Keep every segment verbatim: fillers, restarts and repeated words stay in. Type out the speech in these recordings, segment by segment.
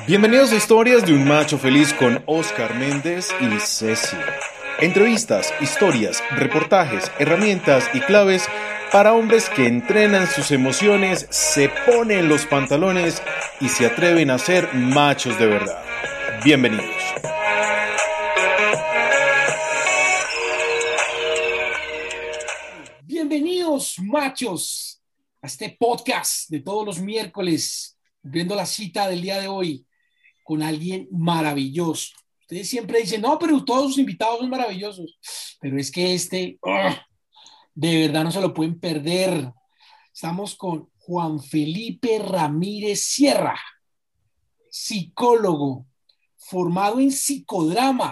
Bienvenidos a Historias de un Macho Feliz con Oscar Méndez y Ceci. Entrevistas, historias, reportajes, herramientas y claves para hombres que entrenan sus emociones, se ponen los pantalones y se atreven a ser machos de verdad. Bienvenidos. Bienvenidos, machos, a este podcast de todos los miércoles, viendo la cita del día de hoy con alguien maravilloso. Ustedes siempre dicen, no, pero todos sus invitados son maravillosos, pero es que este, ¡oh!, de verdad no se lo pueden perder. Estamos con Juan Felipe Ramírez Sierra, psicólogo, formado en psicodrama,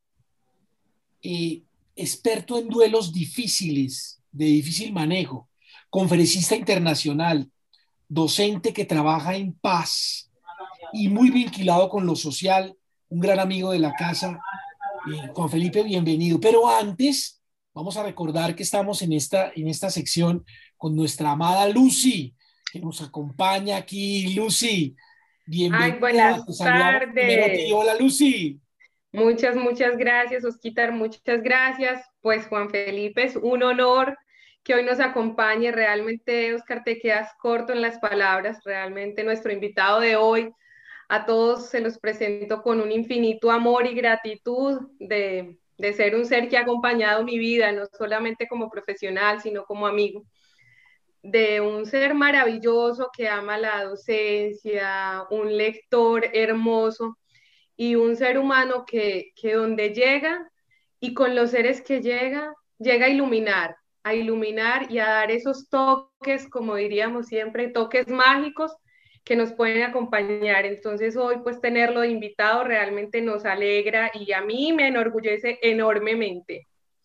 eh, experto en duelos difíciles, de difícil manejo, conferencista internacional, docente que trabaja en paz y muy vinculado con lo social, un gran amigo de la casa. Eh, Juan Felipe, bienvenido. Pero antes, vamos a recordar que estamos en esta, en esta sección con nuestra amada Lucy, que nos acompaña aquí. Lucy, Ay, bienvenida. buenas Te saludamos primero a ti. tardes. Hola, Lucy. Muchas, muchas gracias, Osquitar, muchas gracias. Pues Juan Felipe, es un honor que hoy nos acompañe. Realmente, Oscar, te quedas corto en las palabras. Realmente nuestro invitado de hoy, a todos se los presento con un infinito amor y gratitud de, de ser un ser que ha acompañado mi vida, no solamente como profesional, sino como amigo. De un ser maravilloso que ama la docencia, un lector hermoso y un ser humano que, que donde llega y con los seres que llega, llega a iluminar, a iluminar y a dar esos toques, como diríamos siempre, toques mágicos que nos pueden acompañar. Entonces hoy pues tenerlo de invitado realmente nos alegra y a mí me enorgullece enormemente.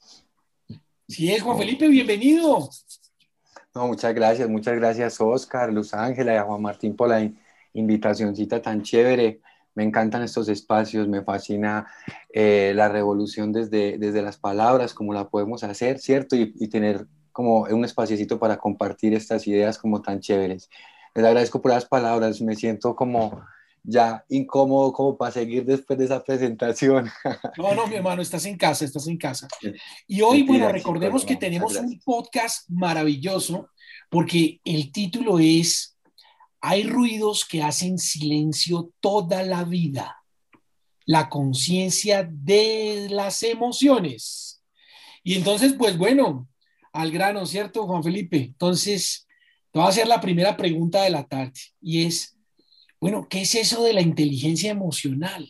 Sí es, Juan Felipe, bienvenido. No, muchas gracias, muchas gracias Oscar, Luz Ángela y a Juan Martín por la in- invitacioncita tan chévere. Me encantan estos espacios, me fascina eh, la revolución desde, desde las palabras, como la podemos hacer, ¿cierto? Y, y tener como un espaciecito para compartir estas ideas como tan chéveres. Les agradezco por las palabras, me siento como ya incómodo como para seguir después de esa presentación. No, no, mi hermano, estás en casa, estás en casa. Y hoy, bueno, Mentira, chicos, recordemos que no, muchas tenemos un gracias. podcast maravilloso porque el título es Hay ruidos que hacen silencio toda la vida. La conciencia de las emociones. Y entonces, pues bueno, al grano, ¿cierto, Juan Felipe? Entonces, te voy a hacer la primera pregunta de la tarde y es, bueno, ¿qué es eso de la inteligencia emocional?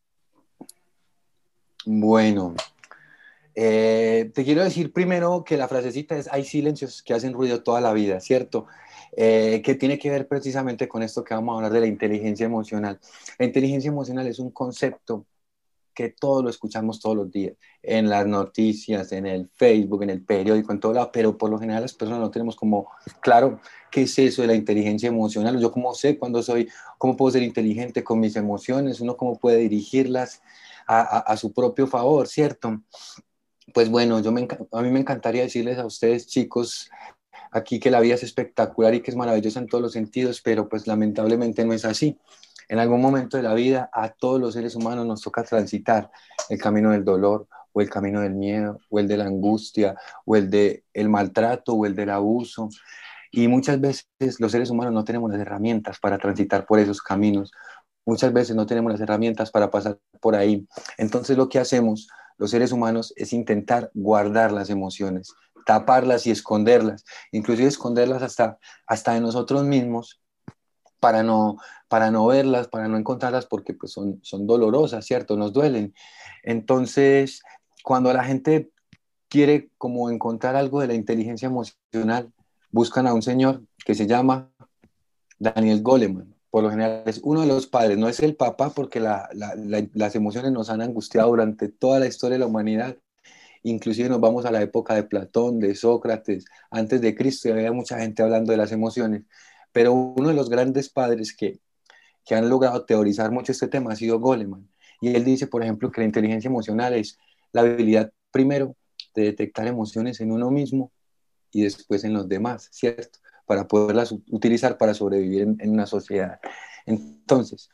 Bueno, Eh, te quiero decir primero que la frasecita es, hay silencios que hacen ruido toda la vida, ¿cierto? Eh, que tiene que ver precisamente con esto que vamos a hablar de la inteligencia emocional. La inteligencia emocional es un concepto que todos lo escuchamos todos los días, en las noticias, en el Facebook, en el periódico, en todo lado, pero por lo general las personas no tenemos como claro qué es eso de la inteligencia emocional. Yo cómo sé cuándo soy, cómo puedo ser inteligente con mis emociones, uno cómo puede dirigirlas a, a, a su propio favor, ¿cierto? Pues bueno, yo me, a mí me encantaría decirles a ustedes, chicos, aquí que la vida es espectacular y que es maravillosa en todos los sentidos, pero pues lamentablemente no es así. En algún momento de la vida a todos los seres humanos nos toca transitar el camino del dolor o el camino del miedo o el de la angustia o el del maltrato o el del abuso. Y muchas veces los seres humanos no tenemos las herramientas para transitar por esos caminos. Muchas veces no tenemos las herramientas para pasar por ahí. Entonces lo que hacemos los seres humanos es intentar guardar las emociones, taparlas y esconderlas, inclusive esconderlas hasta, hasta de nosotros mismos para no, para no verlas, para no encontrarlas porque pues son, son dolorosas, ¿cierto? Nos duelen. Entonces, cuando la gente quiere como encontrar algo de la inteligencia emocional, buscan a un señor que se llama Daniel Goleman. Por lo general es uno de los padres, no es el papá porque la, la, la, las emociones nos han angustiado durante toda la historia de la humanidad. Inclusive nos vamos a la época de Platón, de Sócrates, antes de Cristo, y había mucha gente hablando de las emociones. Pero uno de los grandes padres que, que han logrado teorizar mucho este tema ha sido Goleman. Y él dice, por ejemplo, que la inteligencia emocional es la habilidad, primero, de detectar emociones en uno mismo y después en los demás, ¿cierto? Para poderlas utilizar para sobrevivir en, en una sociedad. Entonces,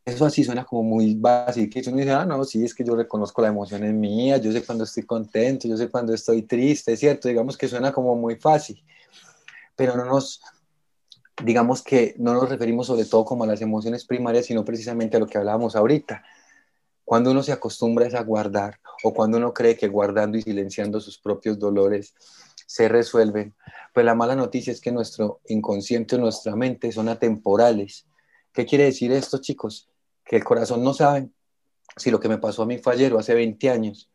eso así suena como muy básico, y uno dice, ah, no, sí, es que yo reconozco la emoción en mía, yo sé cuando estoy contento, yo sé cuando estoy triste, ¿cierto? Digamos que suena como muy fácil, pero no nos, digamos que no nos referimos sobre todo como a las emociones primarias, sino precisamente a lo que hablábamos ahorita. Cuando uno se acostumbra a guardar, o cuando uno cree que guardando y silenciando sus propios dolores se resuelven, pues la mala noticia es que nuestro inconsciente o nuestra mente son atemporales. ¿Qué quiere decir esto, chicos? Que el corazón no sabe si lo que me pasó a mí fue ayer o hace veinte años.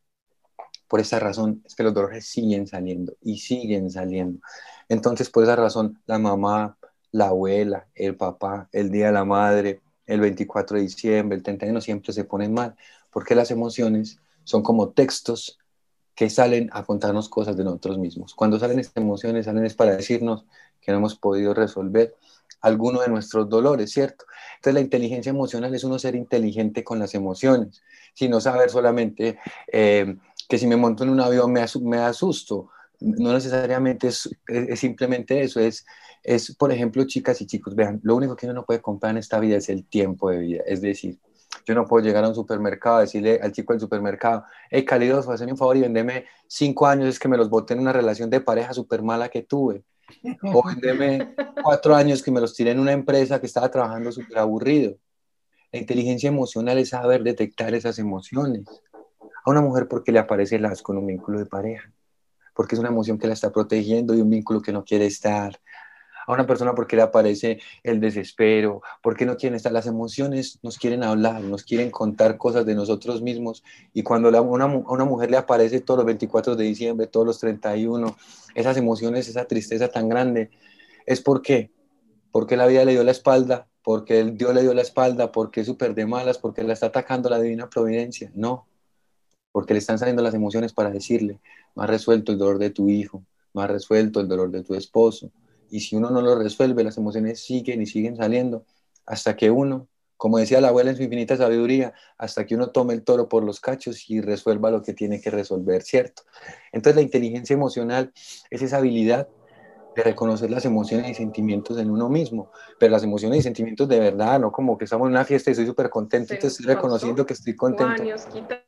Por esa razón es que los dolores siguen saliendo y siguen saliendo. Entonces, por esa razón, la mamá, la abuela, el papá, el Día de la Madre, el veinticuatro de diciembre, el treinta y uno siempre se ponen mal, porque las emociones son como textos que salen a contarnos cosas de nosotros mismos. Cuando salen estas emociones, salen es para decirnos que no hemos podido resolver alguno de nuestros dolores, ¿cierto? Entonces la inteligencia emocional es uno ser inteligente con las emociones, sino saber solamente eh, que si me monto en un avión me, asu me asusto. No necesariamente es, es, es simplemente eso, es, es, por ejemplo, chicas y chicos, vean, lo único que uno no puede comprar en esta vida es el tiempo de vida, es decir, yo no puedo llegar a un supermercado a decirle al chico del supermercado, hey, Calidoso, hazme un favor y vendeme cinco años, es que me los boté en una relación de pareja súper mala que tuve. O vendeme cuatro años que me los tiré en una empresa que estaba trabajando súper aburrido. La inteligencia emocional es saber detectar esas emociones. A una mujer porque le aparece el asco en un vínculo de pareja, porque es una emoción que la está protegiendo y un vínculo que no quiere estar. A una persona porque le aparece el desespero, porque no quieren estar. Las emociones nos quieren hablar, nos quieren contar cosas de nosotros mismos, y cuando la, una, a una mujer le aparece todos los veinticuatro de diciembre, todos los treinta y uno, esas emociones, esa tristeza tan grande, es porque, porque la vida le dio la espalda, porque el Dios le dio la espalda, porque es súper de malas, porque la está atacando la divina providencia. No, porque le están saliendo las emociones para decirle, no has resuelto el dolor de tu hijo, no has resuelto el dolor de tu esposo. Y si uno no lo resuelve, las emociones siguen y siguen saliendo hasta que uno, como decía la abuela en su infinita sabiduría, hasta que uno tome el toro por los cachos y resuelva lo que tiene que resolver, ¿cierto? Entonces la inteligencia emocional es esa habilidad de reconocer las emociones y sentimientos en uno mismo, pero las emociones y sentimientos de verdad, no como que estamos en una fiesta y estoy súper contento y ¿Se te nos estoy pausó? reconociendo que estoy contento. Juan y Osquita.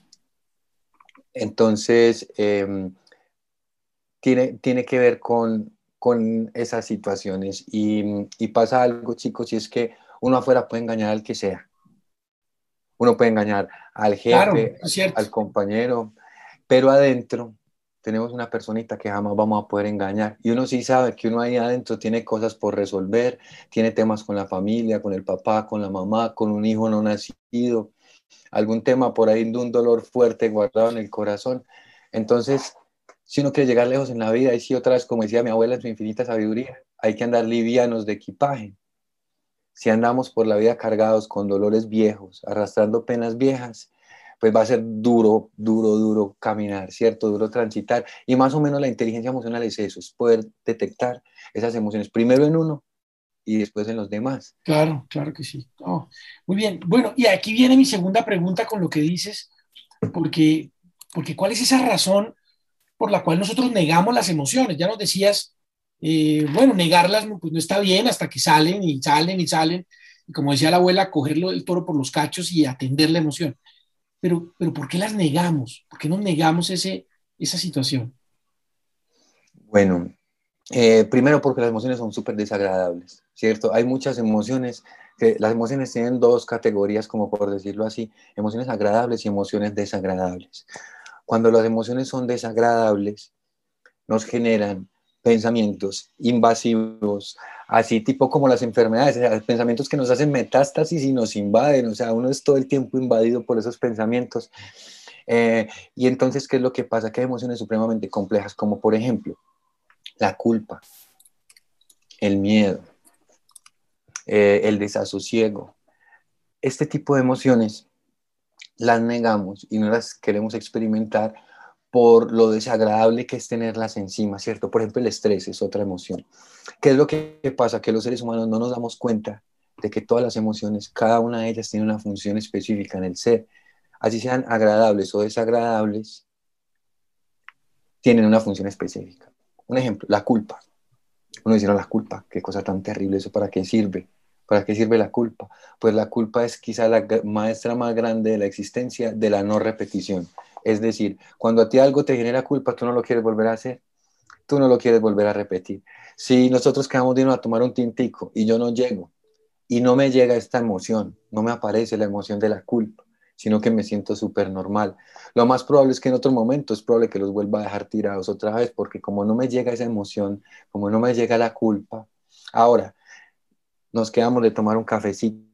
Entonces, eh, tiene, tiene que ver con, con esas situaciones y, y pasa algo, chicos, y es que uno afuera puede engañar al que sea. Uno puede engañar al Claro, jefe, es cierto. al compañero, pero adentro tenemos una personita que jamás vamos a poder engañar. Y uno sí sabe que uno ahí adentro tiene cosas por resolver, tiene temas con la familia, con el papá, con la mamá, con un hijo no nacido, algún tema por ahí de un dolor fuerte guardado en el corazón. Entonces, si uno quiere llegar lejos en la vida, y si otra vez, como decía mi abuela en su infinita sabiduría, hay que andar livianos de equipaje. Si andamos por la vida cargados con dolores viejos, arrastrando penas viejas, pues va a ser duro, duro, duro caminar, ¿cierto? Duro transitar. Y más o menos la inteligencia emocional es eso, es poder detectar esas emociones, primero en uno y después en los demás. Claro, claro que sí. Oh, muy bien. Bueno, y aquí viene mi segunda pregunta con lo que dices, porque, porque ¿cuál es esa razón por la cual nosotros negamos las emociones? Ya nos decías, eh, bueno, negarlas pues no está bien hasta que salen y salen y salen. Y como decía la abuela, cogerlo el toro por los cachos y atender la emoción. Pero, pero ¿por qué las negamos? ¿Por qué nos negamos ese, esa situación? Bueno, Eh, primero porque las emociones son súper desagradables, ¿cierto? Hay muchas emociones, que las emociones tienen dos categorías, como por decirlo así, emociones agradables y emociones desagradables. Cuando las emociones son desagradables, nos generan pensamientos invasivos, así tipo como las enfermedades, o sea, pensamientos que nos hacen metástasis y nos invaden, o sea, uno es todo el tiempo invadido por esos pensamientos. Eh, y entonces, ¿qué es lo que pasa? Que hay emociones supremamente complejas, como por ejemplo, la culpa, el miedo, eh, el desasosiego. Este tipo de emociones las negamos y no las queremos experimentar por lo desagradable que es tenerlas encima, ¿cierto? Por ejemplo, el estrés es otra emoción. ¿Qué es lo que pasa? Que los seres humanos no nos damos cuenta de que todas las emociones, cada una de ellas tiene una función específica en el ser. Así sean agradables o desagradables, tienen una función específica. Un ejemplo, la culpa. Uno dice, no, la culpa, qué cosa tan terrible, ¿eso para qué sirve? ¿Para qué sirve la culpa? Pues la culpa es quizá la maestra más grande de la existencia de la no repetición. Es decir, cuando a ti algo te genera culpa, tú no lo quieres volver a hacer, tú no lo quieres volver a repetir. Si nosotros quedamos de irnos a tomar un tintico y yo no llego, y no me llega esta emoción, no me aparece la emoción de la culpa, sino que me siento súper normal. Lo más probable es que en otro momento es probable que los vuelva a dejar tirados otra vez, porque como no me llega esa emoción, como no me llega la culpa, ahora nos quedamos de tomar un cafecito,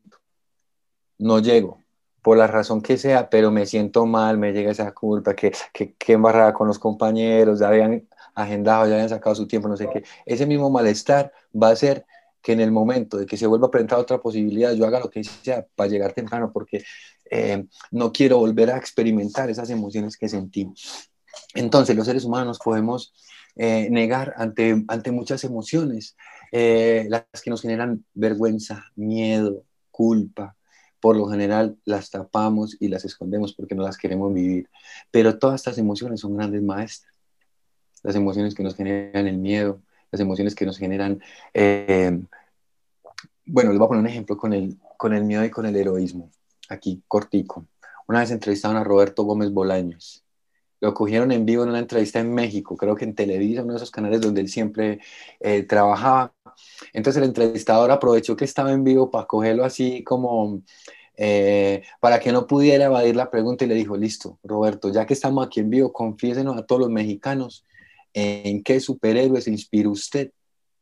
no llego, por la razón que sea, pero me siento mal, me llega esa culpa, que, que, que embarrada con los compañeros, ya habían agendado, ya habían sacado su tiempo, no sé qué. Ese mismo malestar va a hacer que en el momento de que se vuelva a presentar otra posibilidad, yo haga lo que sea para llegar temprano, porque eh, no quiero volver a experimentar esas emociones que sentí. Entonces, los seres humanos podemos eh, negar ante, ante muchas emociones, eh, las que nos generan vergüenza, miedo, culpa. Por lo general las tapamos y las escondemos porque no las queremos vivir. Pero todas estas emociones son grandes maestras. Las emociones que nos generan el miedo, las emociones que nos generan... Eh, bueno, les voy a poner un ejemplo con el, con el miedo y con el heroísmo. Aquí, cortico. Una vez entrevistaron a Roberto Gómez Bolaños. Lo cogieron en vivo en una entrevista en México, creo que en Televisa, uno de esos canales donde él siempre eh, trabajaba. Entonces el entrevistador aprovechó que estaba en vivo para cogerlo así como eh, para que no pudiera evadir la pregunta y le dijo, listo, Roberto, ya que estamos aquí en vivo, confiésenos a todos los mexicanos en qué superhéroe se inspiró usted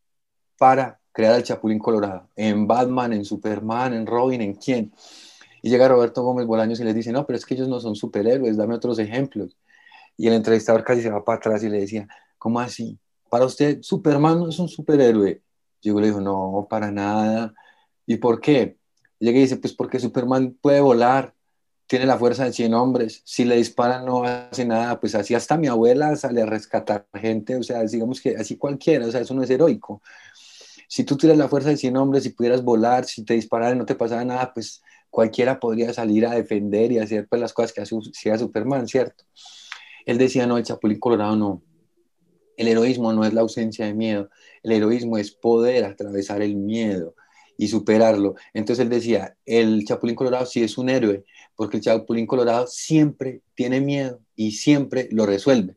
para crear al Chapulín Colorado. ¿En Batman, en Superman, en Robin, en quién? Y llega Roberto Gómez Bolaños y les dice, no, pero es que ellos no son superhéroes, dame otros ejemplos. Y el entrevistador casi se va para atrás y le decía, ¿cómo así? Para usted, Superman no es un superhéroe. Yo le digo, no, para nada. ¿Y por qué? Y llega y dice, pues porque Superman puede volar, tiene la fuerza de cien hombres, si le disparan no hace nada, pues así hasta mi abuela sale a rescatar gente, o sea, digamos que así cualquiera, o sea, eso no es heroico. Si tú tienes la fuerza de cien hombres, si pudieras volar, si te dispararan y no te pasara nada, pues cualquiera podría salir a defender y hacer pues, las cosas que hacía Superman, ¿cierto? Él decía, no, el Chapulín Colorado no. El heroísmo no es la ausencia de miedo. El heroísmo es poder atravesar el miedo y superarlo. Entonces él decía, el Chapulín Colorado sí es un héroe, porque el Chapulín Colorado siempre tiene miedo y siempre lo resuelve.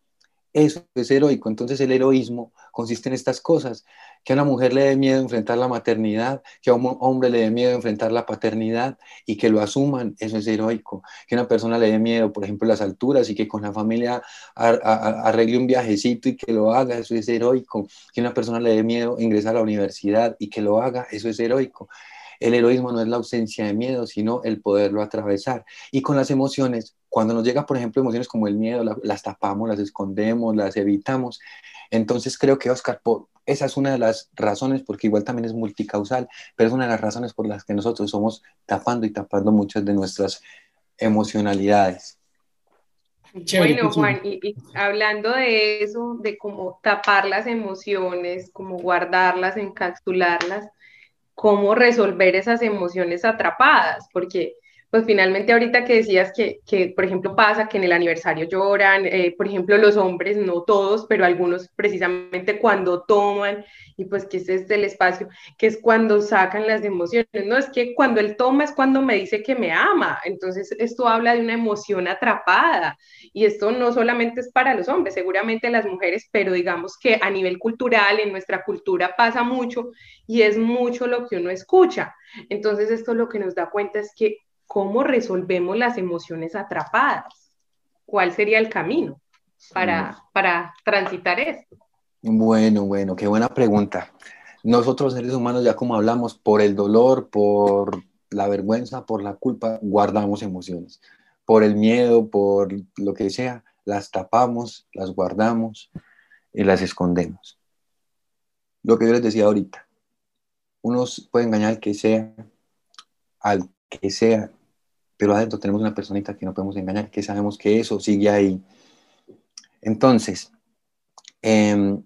Eso es heroico. Entonces el heroísmo consiste en estas cosas, que a una mujer le dé miedo enfrentar la maternidad, que a un hombre le dé miedo enfrentar la paternidad y que lo asuman, eso es heroico. Que a una persona le dé miedo, por ejemplo, las alturas y que con la familia ar ar arregle un viajecito y que lo haga, eso es heroico. Que a una persona le dé miedo ingresar a la universidad y que lo haga, eso es heroico. El heroísmo no es la ausencia de miedo, sino el poderlo atravesar. Y con las emociones, cuando nos llega, por ejemplo, emociones como el miedo, las tapamos, las escondemos, las evitamos. Entonces creo que, Oscar, por, esa es una de las razones, porque igual también es multicausal, pero es una de las razones por las que nosotros somos tapando y tapando muchas de nuestras emocionalidades. Chévere, Bueno, pues, Juan, y, y hablando de eso, de cómo tapar las emociones, cómo guardarlas, encapsularlas, cómo resolver esas emociones atrapadas, porque pues finalmente ahorita que decías que, que por ejemplo, pasa que en el aniversario lloran, eh, por ejemplo, los hombres, no todos, pero algunos precisamente cuando toman, y pues que ese es el espacio, que es cuando sacan las emociones, no, es que cuando él toma es cuando me dice que me ama, entonces esto habla de una emoción atrapada, y esto no solamente es para los hombres, seguramente las mujeres, pero digamos que a nivel cultural, en nuestra cultura pasa mucho, y es mucho lo que uno escucha. Entonces esto lo que nos da cuenta es que cómo resolvemos las emociones atrapadas, cuál sería el camino para, para transitar esto. Bueno, bueno, qué buena pregunta. Nosotros seres humanos, ya como hablamos, por el dolor, por la vergüenza, por la culpa, guardamos emociones. Por el miedo, por lo que sea, las tapamos, las guardamos y las escondemos. Lo que yo les decía ahorita, uno puede engañar al que sea, al que sea, pero adentro tenemos una personita que no podemos engañar, que sabemos que eso sigue ahí. Entonces, eh,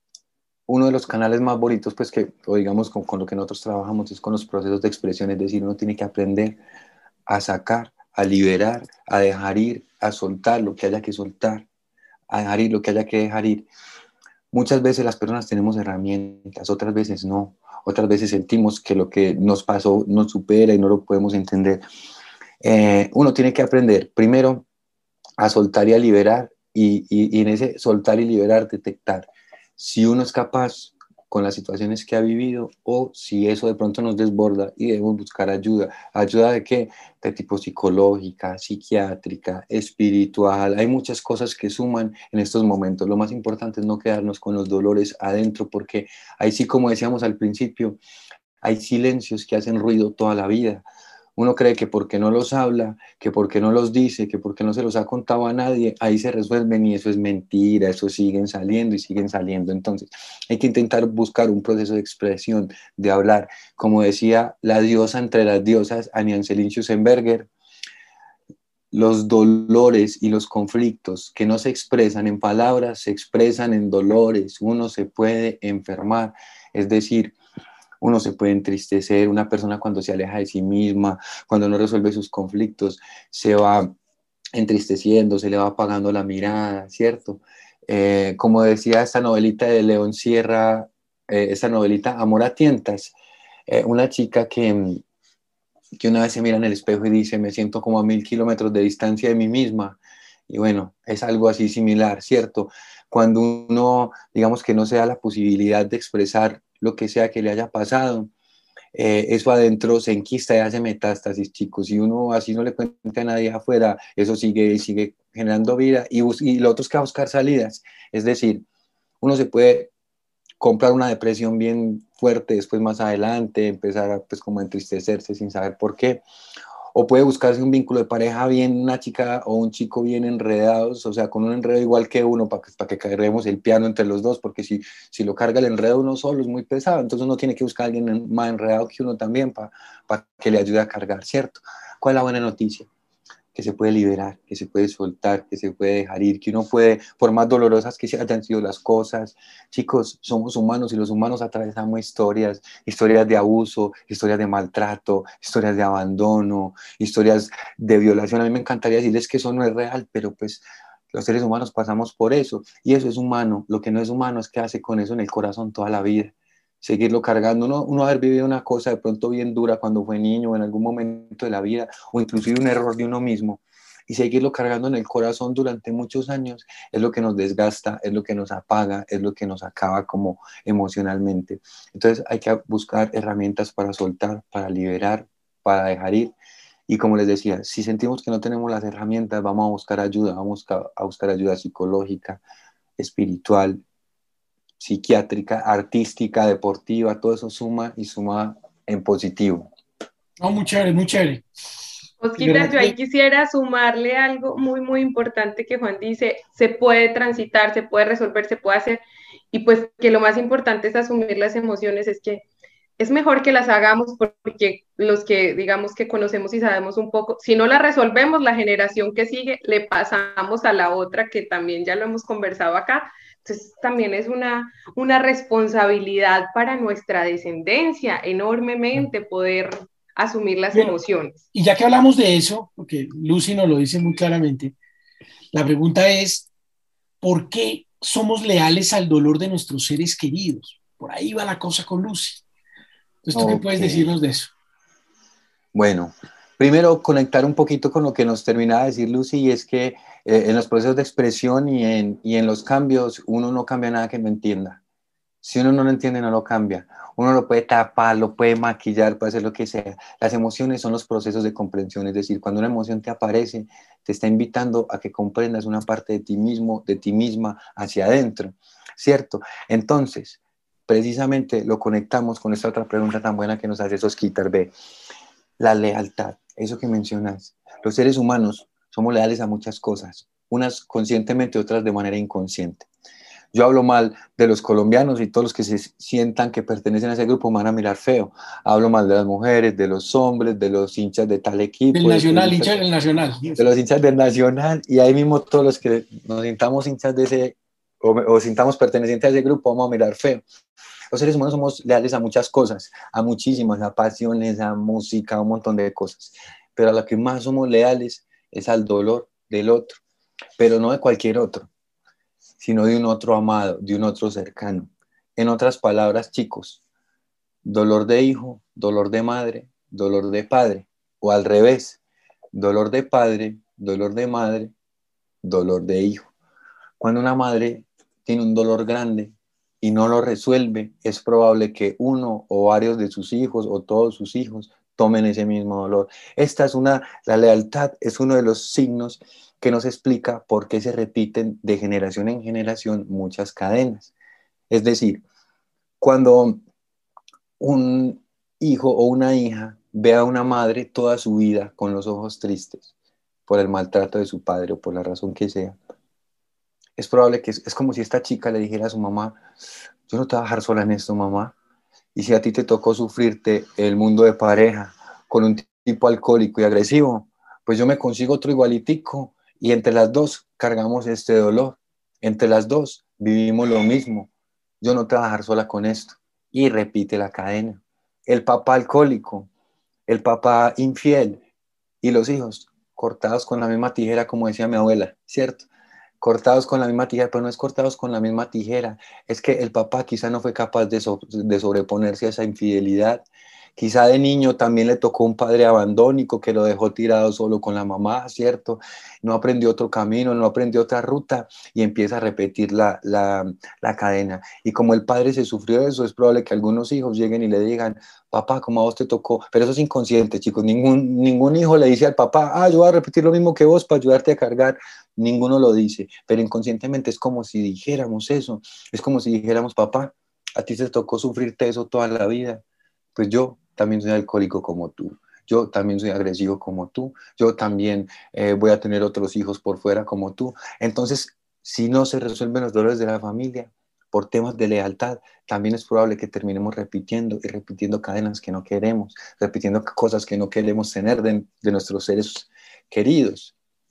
uno de los canales más bonitos, pues que, o digamos, con, con lo que nosotros trabajamos es con los procesos de expresión, es decir, uno tiene que aprender a sacar, a liberar, a dejar ir, a soltar lo que haya que soltar, a dejar ir lo que haya que dejar ir. Muchas veces las personas tenemos herramientas, otras veces no. Otras veces sentimos que lo que nos pasó nos supera y no lo podemos entender. Eh, uno tiene que aprender primero a soltar y a liberar, y, y, y en ese soltar y liberar detectar si uno es capaz con las situaciones que ha vivido o si eso de pronto nos desborda y debemos buscar ayuda. ¿Ayuda de qué? De tipo psicológica, psiquiátrica, espiritual. Hay muchas cosas que suman en estos momentos. Lo más importante es no quedarnos con los dolores adentro, porque ahí sí, como decíamos al principio, hay silencios que hacen ruido toda la vida. Uno cree que porque no los habla, que porque no los dice, que porque no se los ha contado a nadie, ahí se resuelven, y eso es mentira, eso siguen saliendo y siguen saliendo. Entonces hay que intentar buscar un proceso de expresión, de hablar. Como decía la diosa entre las diosas, Annie Anselin Schussenberger, los dolores y los conflictos que no se expresan en palabras, se expresan en dolores. Uno se puede enfermar, es decir, uno se puede entristecer. Una persona cuando se aleja de sí misma, cuando no resuelve sus conflictos, se va entristeciendo, se le va apagando la mirada, ¿cierto? Eh, como decía esta novelita de León Sierra, eh, esta novelita Amor a tientas, eh, una chica que, que una vez se mira en el espejo y dice, me siento como a mil kilómetros de distancia de mí misma. Y bueno, es algo así similar, ¿cierto? Cuando uno, digamos que no se da la posibilidad de expresar lo que sea que le haya pasado, eh, eso adentro se enquista y hace metástasis, chicos. Y uno así no le cuenta a nadie afuera, eso sigue, sigue generando vida, y, y lo otro es que va a buscar salidas. Es decir, uno se puede comprar una depresión bien fuerte después más adelante, empezar a, pues, como a entristecerse sin saber por qué. O puede buscarse un vínculo de pareja bien, una chica o un chico bien enredados, o sea, con un enredo igual que uno, para que, para que carguemos el piano entre los dos, porque si, si lo carga el enredo uno solo es muy pesado, entonces uno tiene que buscar a alguien más enredado que uno también para, para que le ayude a cargar, ¿cierto? ¿Cuál es la buena noticia? Que se puede liberar, que se puede soltar, que se puede dejar ir, que uno puede, por más dolorosas que hayan sido las cosas, chicos, somos humanos y los humanos atravesamos historias, historias de abuso, historias de maltrato, historias de abandono, historias de violación. A mí me encantaría decirles que eso no es real, pero pues los seres humanos pasamos por eso, y eso es humano. Lo que no es humano es quedarse con eso en el corazón toda la vida, seguirlo cargando. Uno, uno haber vivido una cosa de pronto bien dura cuando fue niño o en algún momento de la vida, o inclusive un error de uno mismo, y seguirlo cargando en el corazón durante muchos años, es lo que nos desgasta, es lo que nos apaga, es lo que nos acaba como emocionalmente. Entonces hay que buscar herramientas para soltar, para liberar, para dejar ir. Y como les decía, si sentimos que no tenemos las herramientas, vamos a buscar ayuda, vamos a buscar ayuda psicológica, espiritual, psiquiátrica, artística, deportiva. Todo eso suma y suma en positivo. No, muy chévere, muy chévere. De Osquita, verdad yo ahí que, quisiera sumarle algo muy, muy importante que Juan dice, se puede transitar, se puede resolver, se puede hacer, y pues que lo más importante es asumir las emociones, es que es mejor que las hagamos porque los que digamos que conocemos y sabemos un poco, si no las resolvemos, la generación que sigue le pasamos a la otra, que también ya lo hemos conversado acá. Entonces también es una, una responsabilidad para nuestra descendencia enormemente poder asumir las bueno, emociones. y ya que hablamos de eso, porque Lucy nos lo dice muy claramente, la pregunta es, ¿por qué somos leales al dolor de nuestros seres queridos? Por ahí va la cosa con Lucy. Entonces, ¿tú qué Ok. puedes decirnos de eso? Bueno, primero conectar un poquito con lo que nos terminaba de decir Lucy, y es que eh, en los procesos de expresión y en, y en los cambios, uno no cambia nada que no entienda. Si uno no lo entiende, no lo cambia. Uno lo puede tapar, lo puede maquillar, puede hacer lo que sea. Las emociones son los procesos de comprensión, es decir, cuando una emoción te aparece, te está invitando a que comprendas una parte de ti mismo, de ti misma, hacia adentro, ¿cierto? Entonces, precisamente lo conectamos con esta otra pregunta tan buena que nos hace Sosquitar B. La lealtad, eso que mencionas. Los seres humanos somos leales a muchas cosas, unas conscientemente, otras de manera inconsciente. Yo hablo mal de los colombianos y todos los que se sientan que pertenecen a ese grupo me van a mirar feo. Hablo mal de las mujeres, de los hombres, de los hinchas de tal Del equipo, de, los Nacional, hinchas, hincha del Nacional. de los hinchas del Nacional, y ahí mismo todos los que nos sintamos hinchas de ese, o, o sintamos pertenecientes a ese grupo, vamos a mirar feo. Los seres humanos somos leales a muchas cosas, a muchísimas, a pasiones, a música, a un montón de cosas. Pero a lo que más somos leales es al dolor del otro, pero no de cualquier otro. sino de un otro amado, de un otro cercano. En otras palabras, chicos, dolor de hijo, dolor de madre, dolor de padre, o al revés, dolor de padre, dolor de madre, dolor de hijo. Cuando una madre tiene un dolor grande y no lo resuelve, es probable que uno o varios de sus hijos o todos sus hijos tomen ese mismo dolor. Esta es una, la lealtad es uno de los signos que nos explica por qué se repiten de generación en generación muchas cadenas. Es decir, cuando un hijo o una hija ve a una madre toda su vida con los ojos tristes por el maltrato de su padre o por la razón que sea, es probable que es, es como si esta chica le dijera a su mamá: yo no te voy a dejar sola en esto, mamá. Y si a ti te tocó sufrirte el mundo de pareja con un tipo alcohólico y agresivo, pues yo me consigo otro igualitico y entre las dos cargamos este dolor. Entre las dos vivimos lo mismo. Yo no te voy a dejar sola con esto. Y repite la cadena. El papá alcohólico, el papá infiel y los hijos cortados con la misma tijera, como decía mi abuela, ¿cierto? Cortados con la misma tijera, pero no es cortados con la misma tijera, es que el papá quizá no fue capaz de, so de sobreponerse a esa infidelidad. Quizá de niño también le tocó un padre abandónico que lo dejó tirado solo con la mamá, ¿cierto? No aprendió otro camino, no aprendió otra ruta y empieza a repetir la, la, la cadena. Y como el padre se sufrió eso, es probable que algunos hijos lleguen y le digan: papá, ¿cómo a vos te tocó? Pero eso es inconsciente, chicos. Ningún, ningún hijo le dice al papá: ah, yo voy a repetir lo mismo que vos para ayudarte a cargar. Ninguno lo dice, pero inconscientemente es como si dijéramos eso. Es como si dijéramos: papá, a ti te tocó sufrirte eso toda la vida. Pues yo también soy alcohólico como tú. Yo también soy agresivo como tú. Yo también eh, voy a tener otros hijos por fuera como tú. Entonces, si no se resuelven los dolores de la familia por temas de lealtad, también es probable que terminemos repitiendo y repitiendo cadenas que no queremos, repitiendo cosas que no queremos tener de, de nuestros seres queridos.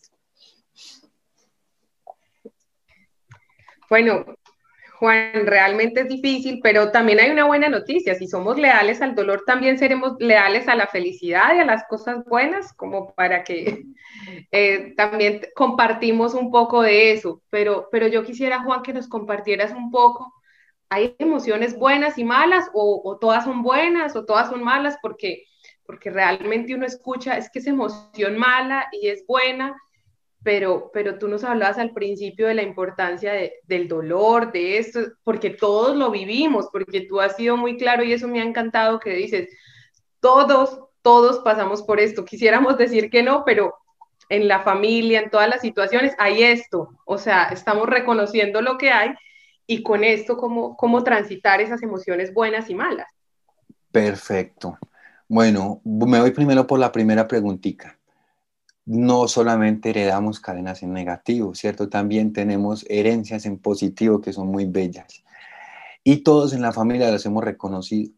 Bueno, Juan, realmente es difícil, pero también hay una buena noticia. Si somos leales al dolor, también seremos leales a la felicidad y a las cosas buenas, como para que eh, también compartimos un poco de eso. Pero, pero yo quisiera, Juan, que nos compartieras un poco. ¿Hay emociones buenas y malas o, o todas son buenas o todas son malas? Porque, porque realmente uno escucha, es que es emoción mala y es buena, pero, pero tú nos hablabas al principio de la importancia de, del dolor, de esto, porque todos lo vivimos, porque tú has sido muy claro y eso me ha encantado que dices, todos, todos pasamos por esto. Quisiéramos decir que no, pero en la familia, en todas las situaciones, hay esto. O sea, estamos reconociendo lo que hay y con esto, cómo, cómo transitar esas emociones buenas y malas. Perfecto. Bueno, me voy primero por la primera preguntita. No solamente heredamos cadenas en negativo, ¿cierto? También tenemos herencias en positivo que son muy bellas. Y todos en la familia las hemos reconocido.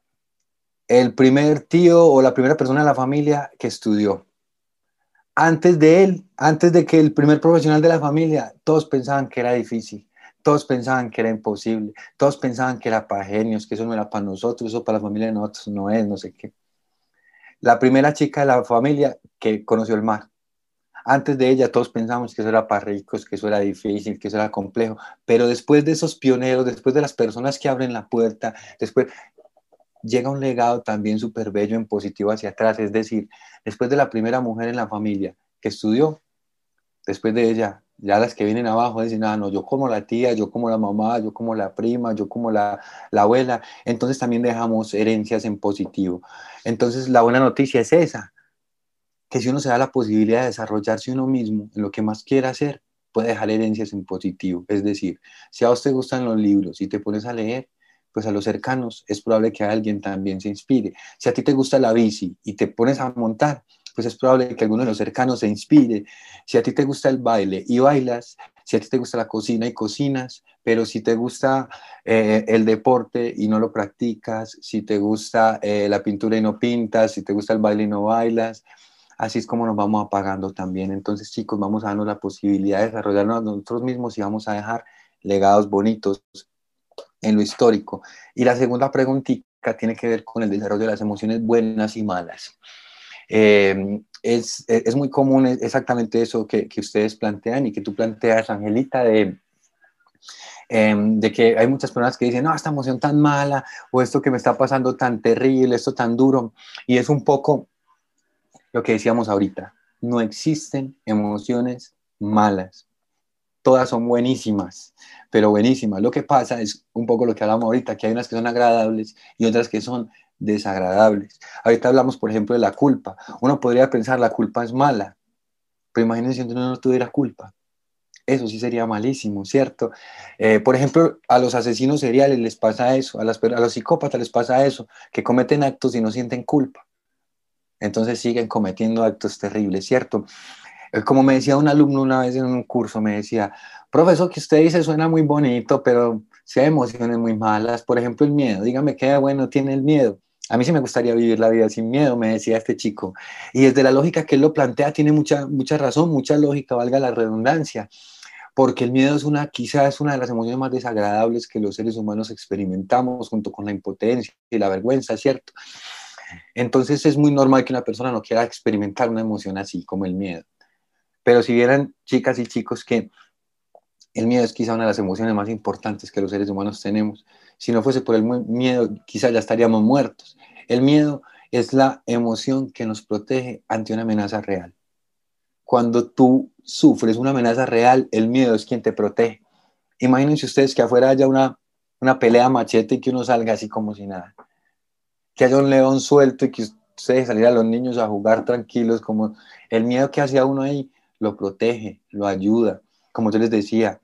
El primer tío o la primera persona de la familia que estudió. Antes de él, antes de que el primer profesional de la familia, todos pensaban que era difícil. Todos pensaban que era imposible. Todos pensaban que era para genios, que eso no era para nosotros, eso para la familia de nosotros no es, no sé qué. La primera chica de la familia que conoció el mar. Antes de ella todos pensamos que eso era para ricos, que eso era difícil, que eso era complejo, pero después de esos pioneros, después de las personas que abren la puerta, después llega un legado también súper bello en positivo hacia atrás, es decir, después de la primera mujer en la familia que estudió, después de ella, ya las que vienen abajo dicen: ah, no, yo como la tía, yo como la mamá, yo como la prima, yo como la, la abuela, entonces también dejamos herencias en positivo. Entonces la buena noticia es esa, que si uno se da la posibilidad de desarrollarse uno mismo en lo que más quiera hacer, puede dejar herencias en positivo. Es decir, si a vos te gustan los libros y te pones a leer, pues a los cercanos es probable que alguien también se inspire. Si a ti te gusta la bici y te pones a montar, pues es probable que alguno de los cercanos se inspire. Si a ti te gusta el baile y bailas, si a ti te gusta la cocina y cocinas, pero si te gusta eh, el deporte y no lo practicas, si te gusta eh, la pintura y no pintas, si te gusta el baile y no bailas, así es como nos vamos apagando también. Entonces, chicos, vamos a darnos la posibilidad de desarrollarnos a nosotros mismos y vamos a dejar legados bonitos en lo histórico. Y la segunda preguntita tiene que ver con el desarrollo de las emociones buenas y malas. Eh, es, es muy común exactamente eso que, que ustedes plantean y que tú planteas, Angelita, de Eh, de que hay muchas personas que dicen, no, esta emoción tan mala, o esto que me está pasando tan terrible, esto tan duro, y es un poco lo que decíamos ahorita, no existen emociones malas, todas son buenísimas, pero buenísimas. Lo que pasa es un poco lo que hablamos ahorita, que hay unas que son agradables y otras que son desagradables. Ahorita hablamos, por ejemplo, de la culpa. Uno podría pensar, la culpa es mala, pero imagínense si uno no tuviera culpa. Eso sí sería malísimo, ¿cierto? Eh, por ejemplo, a los asesinos seriales les pasa eso, a, las, a los psicópatas les pasa eso, que cometen actos y no sienten culpa. Entonces siguen cometiendo actos terribles, ¿cierto? Como me decía un alumno una vez en un curso, me decía, profesor, que usted dice suena muy bonito, pero sí hay emociones muy malas. Por ejemplo, el miedo. Dígame qué bueno tiene el miedo. A mí sí me gustaría vivir la vida sin miedo, me decía este chico. Y desde la lógica que él lo plantea, tiene mucha, mucha razón, mucha lógica, valga la redundancia. Porque el miedo es una, quizás es una de las emociones más desagradables que los seres humanos experimentamos, junto con la impotencia y la vergüenza, ¿cierto? Entonces es muy normal que una persona no quiera experimentar una emoción así como el miedo. Pero si vieran, chicas y chicos, que el miedo es quizá una de las emociones más importantes que los seres humanos tenemos. Si no fuese por el miedo, quizá ya estaríamos muertos. El miedo es la emoción que nos protege ante una amenaza real. Cuando tú sufres una amenaza real, el miedo es quien te protege. Imagínense ustedes que afuera haya una, una pelea machete y que uno salga así como si nada. Que haya un león suelto y que ustedes salir a los niños a jugar tranquilos. Como el miedo que hace a uno ahí lo protege, lo ayuda. Como yo les decía,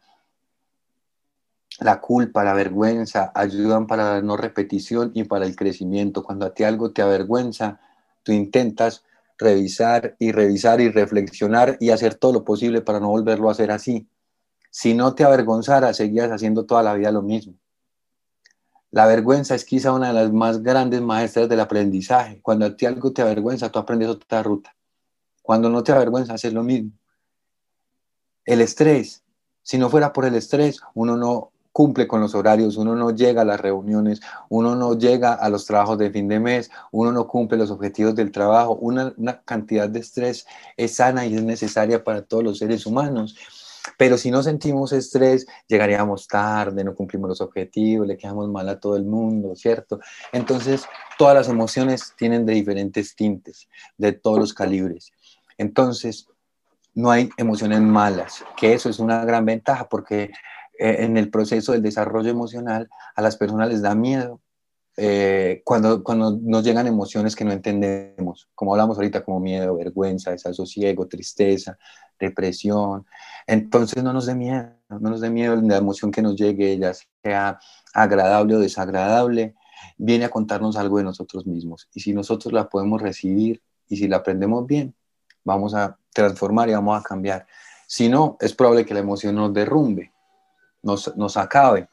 la culpa, la vergüenza ayudan para la no repetición y para el crecimiento. Cuando a ti algo te avergüenza, tú intentas revisar y revisar y reflexionar y hacer todo lo posible para no volverlo a hacer así. Si no te avergonzara, seguías haciendo toda la vida lo mismo. La vergüenza es quizá una de las más grandes maestras del aprendizaje. Cuando a ti algo te avergüenza, tú aprendes otra ruta. Cuando no te avergüenza, haces lo mismo. El estrés, si no fuera por el estrés, uno no cumple con los horarios, uno no llega a las reuniones, uno no llega a los trabajos de fin de mes, uno no cumple los objetivos del trabajo. Una, una cantidad de estrés es sana y es necesaria para todos los seres humanos. Pero si no sentimos estrés, llegaríamos tarde, no cumplimos los objetivos, le quedamos mal a todo el mundo, ¿cierto? Entonces, todas las emociones tienen de diferentes tintes, de todos los calibres. Entonces, no hay emociones malas, que eso es una gran ventaja porque eh, en el proceso del desarrollo emocional a las personas les da miedo eh, cuando, cuando nos llegan emociones que no entendemos, como hablamos ahorita, como miedo, vergüenza, desasosiego, tristeza, depresión. Entonces no nos dé miedo, no nos dé miedo la emoción que nos llegue, ya sea agradable o desagradable, viene a contarnos algo de nosotros mismos. Y si nosotros la podemos recibir y si la aprendemos bien, vamos a transformar y vamos a cambiar. Si no, es probable que la emoción nos derrumbe, nos, nos acabe.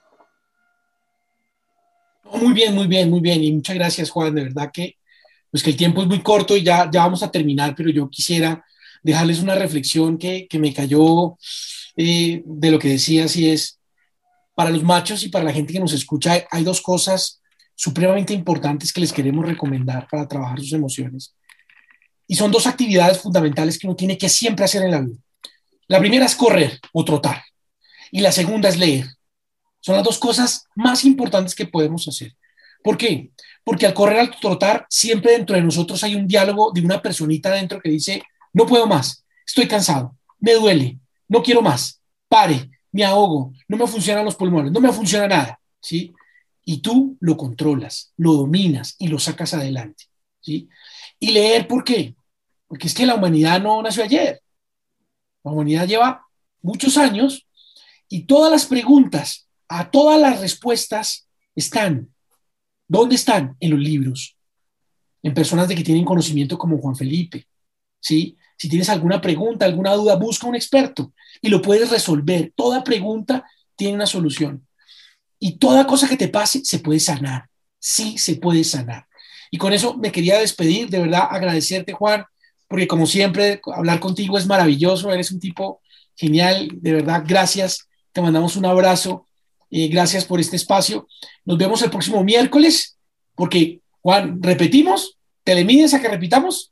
Muy bien, muy bien, muy bien. Y muchas gracias, Juan. De verdad que, pues que el tiempo es muy corto y ya, ya vamos a terminar, pero yo quisiera dejarles una reflexión que, que me cayó eh, de lo que decías, y es, para los machos y para la gente que nos escucha, hay dos cosas supremamente importantes que les queremos recomendar para trabajar sus emociones. Y son dos actividades fundamentales que uno tiene que siempre hacer en la vida. La primera es correr o trotar. Y la segunda es leer. Son las dos cosas más importantes que podemos hacer. ¿Por qué? Porque al correr, al trotar, siempre dentro de nosotros hay un diálogo de una personita dentro que dice, no puedo más, estoy cansado, me duele, no quiero más, pare, me ahogo, no me funcionan los pulmones, no me funciona nada, ¿sí? Y tú lo controlas, lo dominas y lo sacas adelante, ¿sí? Y leer, ¿por qué? Porque es que la humanidad no nació ayer. La humanidad lleva muchos años y todas las preguntas, a todas las respuestas están. ¿Dónde están? En los libros, en personas de que tienen conocimiento como Juan Felipe, ¿sí? Si tienes alguna pregunta, alguna duda, busca un experto y lo puedes resolver. Toda pregunta tiene una solución. Y toda cosa que te pase se puede sanar. Sí se puede sanar. Y con eso me quería despedir, de verdad agradecerte, Juan, porque como siempre, hablar contigo es maravilloso, eres un tipo genial, de verdad, gracias, te mandamos un abrazo, eh, gracias por este espacio, nos vemos el próximo miércoles, porque, Juan, repetimos, ¿te le mides a que repitamos?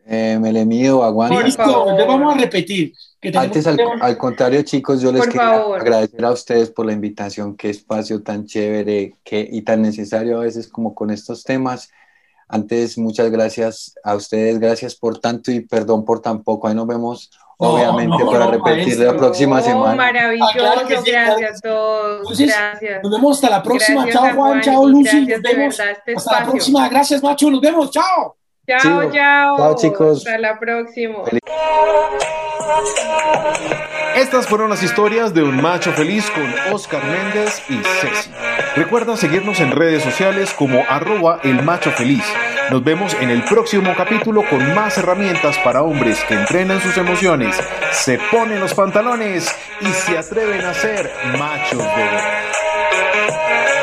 Eh, me le mido, aguanta. Listo, entonces vamos a repetir. Que Antes, al, al contrario, chicos, yo les Por quería favor. agradecer a ustedes por la invitación, qué espacio tan chévere qué, y tan necesario a veces como con estos temas. Antes, muchas gracias a ustedes, gracias por tanto y perdón por tan poco. Ahí nos vemos, No, obviamente, no, para no, repetir maestro. la próxima Oh, semana. maravilloso, Ah, claro que sí, claro gracias que a todos, Entonces, gracias. nos vemos hasta la próxima. Gracias Chao, a Juan. Juan Chao, y Lucy. gracias Nos de vemos verdad este hasta la espacio. próxima. Gracias, Macho. Nos vemos. Chao. Chao, Sí, chao. chao, chicos. Hasta la próxima. Feliz- Estas fueron las historias de un macho feliz con Oscar Méndez y Ceci. Recuerda seguirnos en redes sociales como arroba el macho feliz. Nos vemos en el próximo capítulo con más herramientas para hombres que entrenan sus emociones, se ponen los pantalones y se atreven a ser machos de verdad.